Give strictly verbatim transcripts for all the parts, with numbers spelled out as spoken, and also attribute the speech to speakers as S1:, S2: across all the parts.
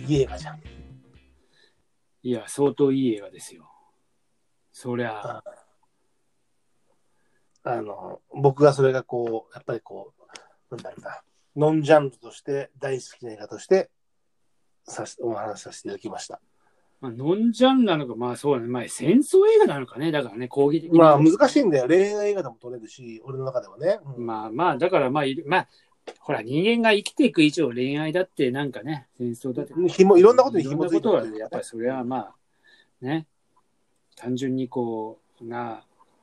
S1: いい映画じゃん。
S2: いや、相当いい映画ですよ。そりゃ。
S1: あ, あの、僕がそれがこう、やっぱりこう、なんだろうな、ノンジャンルとして大好きな映画としてさしお話しさせていただきました。
S2: まあ、ノンジャンルなのか、まあそうだね、まあ戦争映画なのかね、だからね、攻撃的
S1: まあ難しいんだよ。恋愛映画でも撮れるし、俺の中ではね。
S2: うん、まあまあ、だからまあ、まあ、ほら、人間が生きていく以上、恋愛だってなんかね、戦争だって。
S1: ひもいろんなことに紐づいて
S2: る。いろんなことは、やっぱりそれはまあ、ね、単純にこう、な、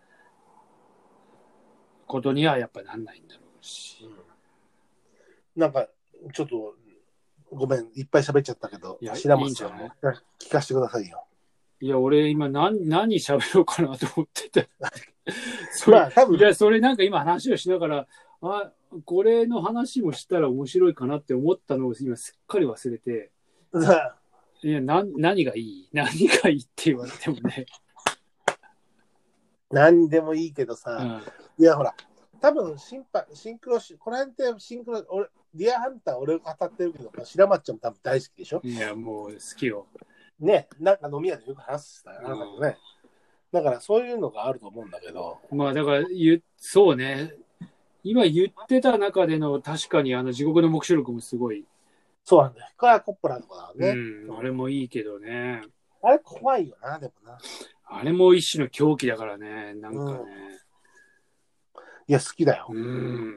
S2: ことにはやっぱなんないんだろうし。
S1: うん、なんか、ちょっと、ごめん、いっぱい喋っちゃったけど、白松さんも聞かせてくださいよ。
S2: いや、俺今何、何喋ろうかなと思ってた。それ、まあ、多分いや、それなんか今話をしながら、あ、これの話もしたら面白いかなって思ったのを今すっかり忘れて。いや、な、何がいい何がいいって言われてもね。
S1: 何でもいいけどさ、うん、いやほら、多分シンパシンクロシ、この辺ってシンクロ、俺、ディアハンター俺が語ってるけど、白松ちゃんも多分大好きでしょ。
S2: いや、もう好きよ。
S1: ね、なんか飲み屋でよく話すたあなたもね、うん。だからそういうのがあると思うんだけど。
S2: まあだから言、そうね。今言ってた中での確かにあの地獄の黙示録もすごい。
S1: そうなんだよ。これはコッポラとかね、
S2: うん。あれもいいけどね。
S1: あれ怖いよな、でもな。
S2: あれも一種の狂気だからね、なんかね。うん、
S1: いや、好きだよ。
S2: うん。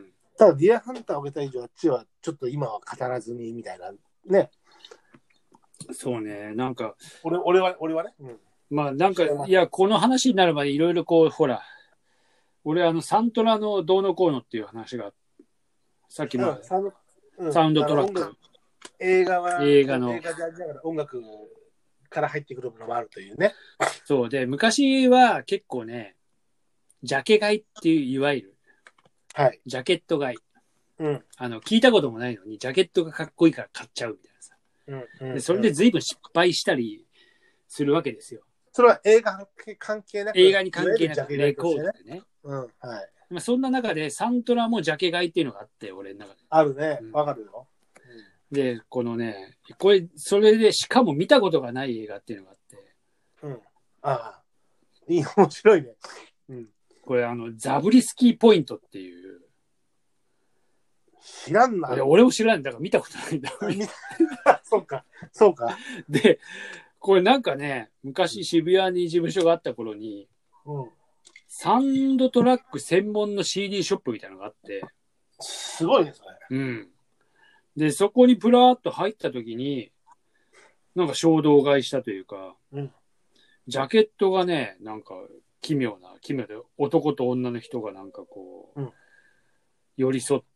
S1: ただ、ディアハンターを受けた以上、あっちはちょっと今は語らずにみたいなね。
S2: そうね、なんか。
S1: 俺, 俺は、俺はね。うん、
S2: まあなんか、いや、この話になるまでいろいろこう、ほら、俺あの、サントラのどうのこうのっていう話が、さっきの、うんサうん、サウンドトラック。
S1: 映画は、
S2: 映画の。
S1: 映画でありながら音楽から入ってくるものもあるというね。
S2: そうで、昔は結構ね、ジャケ買いっていう、いわゆる、
S1: はい、
S2: ジャケット買い。
S1: うん、
S2: あの、聞いたこともないのに、ジャケットがかっこいいから買っちゃうみたいなさ。うんうん、でそれで随分失敗したりするわけですよ。
S1: それは映画関係なく
S2: 映画に関係なくレコードでね。
S1: うん、はい。
S2: まあ、そんな中でサントラもジャケ買いっていうのがあって、俺の中で。
S1: あるね。わ、うん、かるよ。
S2: で、このね、これ、それでしかも見たことがない映画っていうのがあって。
S1: うん。ああ。いい、面白いね。
S2: うん。これ、あの、ザブリスキーポイントっていう。
S1: 知らんな。
S2: 俺も知らんだから見たことないんだ。
S1: そうか、そうか。
S2: で、これなんかね、昔渋谷に事務所があった頃に、うん、サウンドトラック専門の シーディー ショップみたいなのがあって。
S1: すごいですね。
S2: うん。で、そこにプラーっと入った時に、なんか衝動買いしたというか、うん、ジャケットがね、なんか奇妙な、奇妙で男と女の人がなんかこう、うん、寄り添って、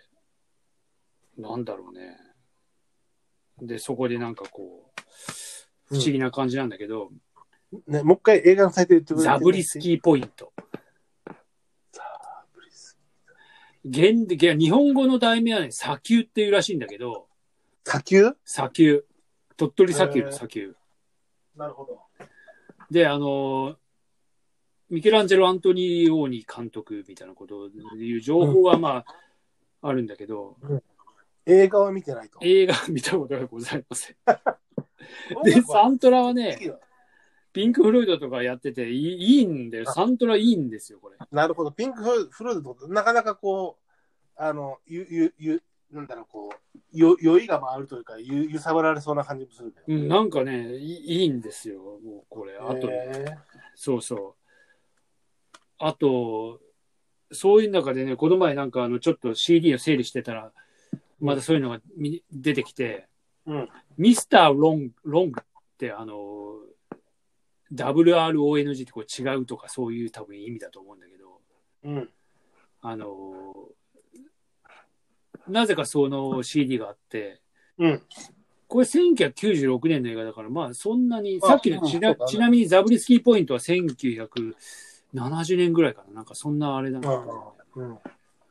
S2: なんだろうね。で、そこでなんかこう、不思議な感じなんだけど、
S1: うん、ね、もう一回映画のサイトで言ってくれて。
S2: ザブリスキーポイント。
S1: ザブリス
S2: キー。現で、日本語の題名はね、砂丘っていうらしいんだけど、
S1: 砂丘
S2: 砂丘。鳥取砂丘の砂丘。
S1: なるほど。
S2: で、あの、ミケランジェロ・アントニオーニ監督みたいなことをいう情報はまあ、うん、あるんだけど、
S1: うん、映画は見てないと。
S2: 映画見たことがございません。で、サントラはね、ピンク・フロイドとかやってていい、いいんだよ。サントラいいんですよ、これ。
S1: なるほど。ピンク・フロイドとなかなかこう、あの、ゆ、ゆ、ゆ、なんだろう、こう、よ、酔いが回るというか、ゆ、揺さぶられそうな感じもするけど。
S2: うん、なんかね、いい、いいんですよ、もうこれ。あとね、そうそう。あと、そういう中でね、この前なんかあの、ちょっと シーディー を整理してたら、まだそういうのが出てきて、うん、ミスターロング、ロングってあの、ダブルアールオーエヌジー ってこう違うとかそういう多分意味だと思うんだけど、うん、あの、なぜかその シーディー があって、うん、これせんきゅうひゃくきゅうじゅうろくねんの映画だから、まあそんなに、さっきのち な,、うんね、ちなみにザブリスキーポイントはせんきゅうひゃくななじゅうねんぐらいかな。なんかそんなあれなんだけど、うん、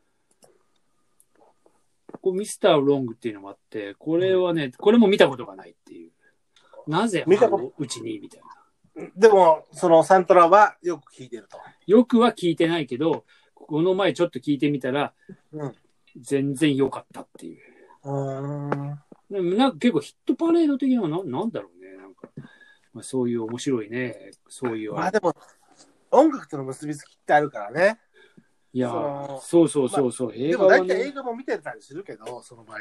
S2: こうミスターロングっていうのもあって、これはね、これも見たことがないっていう。なぜあのうちにみたいな。
S1: でも、そのサントラはよく聞いてると。
S2: よくは聞いてないけど、この前ちょっと聞いてみたら、うん、全然良かったっていう。
S1: うーん
S2: でもなんか結構ヒットパレード的なのはな、なんだろうね。なんか、まあ、そういう面白いね。そういう。
S1: まあでも、音楽との結びつきってあるからね。
S2: いや
S1: その
S2: そうそうそうそう、
S1: まあ、
S2: 映画はね。
S1: でも大体映画も見てたりするけど、その場合って。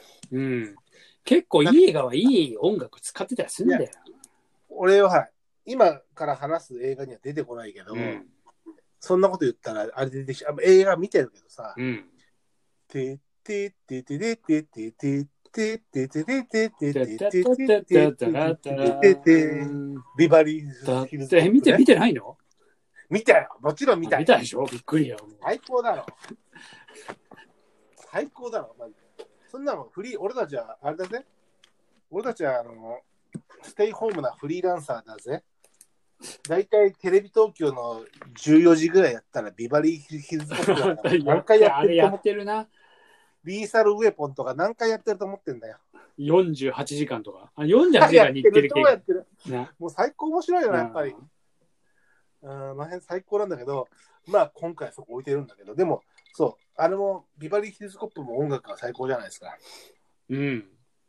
S2: うん。結構いい映画はいい音楽使ってたりするんだよ。
S1: 俺は、はい、今から話す映画には出てこないけど、うん、そんなこと言ったら、あれ出てきちゃう。映画見てるけどさ、うん。ててててててててててててててててててビバリーヒルズ。
S2: え、見て、見てないの？
S1: 見たよ。もちろん見たよ。
S2: 見たでしょ？びっくりよ。
S1: 最高だろ。最高だろ。そんなのフリー、俺たちは、あれだぜ。俺たちは、あの、ステイホームなフリーランサーだぜ。だいたいテレビ東京のじゅうよじぐらいやったらビバリーヒルズコップだから何回やってると思ってるな。リーサルウェポンとか何回やってると思ってんだよ。
S2: よんじゅうはちじかんとか。あ、よんじゅうはちじかんに行ってる
S1: やってるもう最高面白いよな、やっぱり。うん、まあ、辺最高なんだけど、まあ今回そこ置いてるんだけど、でも、そう、あれもビバリーヒルズコップも音楽が最高じゃないですか。
S2: うん。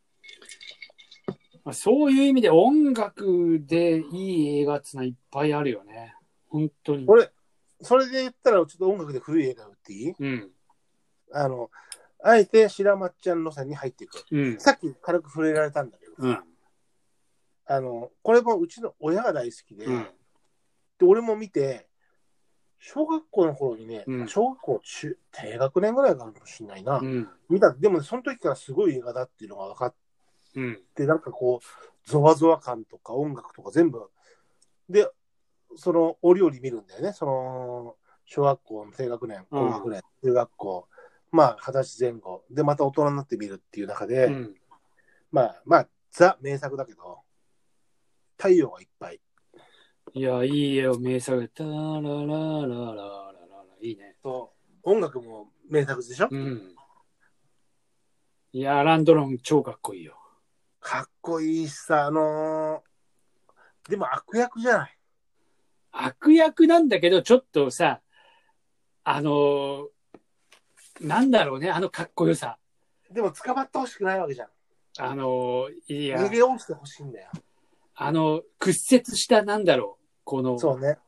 S2: そういう意味で音楽でいい映画ってのはいっぱいあるよね。本当に。
S1: 俺、それで言ったらちょっと音楽で古い映画を言っていい？うん。あの、あえて白松ちゃん路線に入っていく。うん。さっき軽く触れられたんだけど、うん。あの、これもうちの親が大好きで、うん、で、俺も見て、小学校の頃にね、うん、小学校中、低学年ぐらいかもしれないな。うん、見た。でも、ね、その時からすごい映画だっていうのが分かって、うん、で、なんかこう、ゾワゾワ感とか音楽とか全部、で、その、折々見るんだよね。その、小学校の低学年、高学年、中学校、まあ、二十歳前後、で、また大人になって見るっていう中で、うん、まあ、まあ、ザ名作だけど、太陽がいっぱい。い
S2: や、いいよ、名作。タラララララララいいね。
S1: そう。音楽も名作でしょ？うん。
S2: いや、アランドロン超かっこいいよ。
S1: かっこいいしさ、あのー、でも悪役じゃない。
S2: 悪役なんだけど、ちょっとさ、あのー、なんだろうね、あのかっこよさ。
S1: でも捕まってほしくないわけじゃん。
S2: あのー、いや。
S1: 逃げ落ちてほしいんだよ。
S2: あの、屈折した、なんだろう、この。
S1: そうね。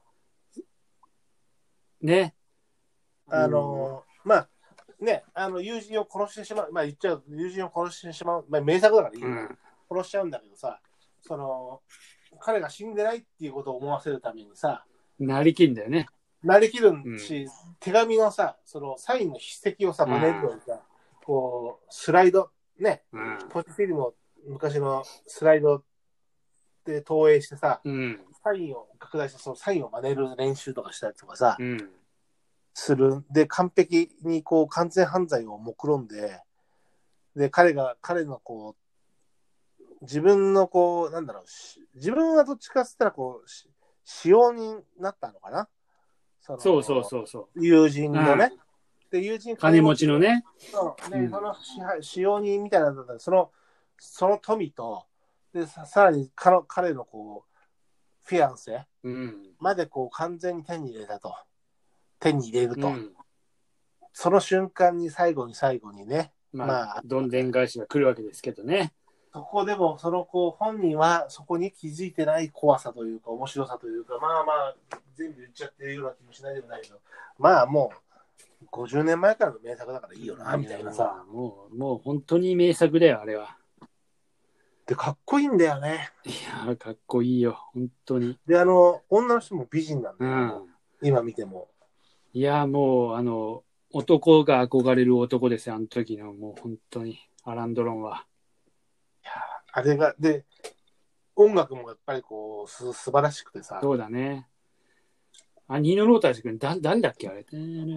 S2: ね。
S1: あのー、まあ、ね、あの、友人を殺してしまう、まあ言っちゃう、友人を殺してしまう、まあ名作だからいい、うん、殺しちゃうんだけどさ、その、彼が死んでないっていうことを思わせるためにさ、
S2: なりきるんだよね。
S1: なりきるし、うん、手紙のさ、そのサインの筆跡をさ、真似るようにさ、こう、スライド、ね、うん、ポジフィルムを昔のスライドで投影してさ、うん、サインを拡大してそのサインを真似る練習とかしたりとかさ、うん、する。で、完璧にこう完全犯罪を目論んで、で、彼が、彼のこう、自分のこう、なんだろう、自分はどっちかって言ったらこう、使用になったのかな？
S2: そのそうそうそうそう。
S1: 友人のね。うん、で、友人
S2: 金持ちのね。
S1: そうね、うん、その使用人みたいなのだったら、その、その富と、で、さ, さらに彼のこう、フィアンセまでこう完全に手に入れたと。手に入れると。うん、その瞬間に最後に最後にね。
S2: まあ、まあ、どんでん返しが来るわけですけどね。
S1: そこでも、その子本人はそこに気づいてない怖さというか、面白さというか、まあまあ、全部言っちゃってるような気もしないでもないけど、まあもう、ごじゅうねんまえからの名作だからいいよな、みたいなさ。
S2: もう、もう本当に名作だよ、あれは。
S1: で、かっこいいんだよね。
S2: いや、かっこいいよ、本当に。
S1: で、あの、女の人も美人なんだよ、うん、今見ても。
S2: いや、もう、あの、男が憧れる男ですよ、あの時の、もう本当に、アラン・ドロンは。
S1: いや、あれが、で、音楽もやっぱりこう、す素晴らしくてさ。
S2: そうだね。あ、ニーノ・ローターズ君、だ、誰だっけ、あれ。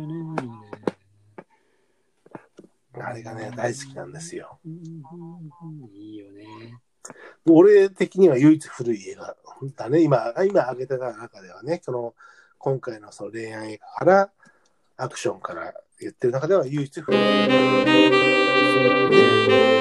S1: あれがね、大好きなんですよ。
S2: いいよね。
S1: 俺的には唯一古い映画だね。今、今挙げた中ではね、その、今回のその恋愛映画から、アクションから言ってる中では唯一古い映画。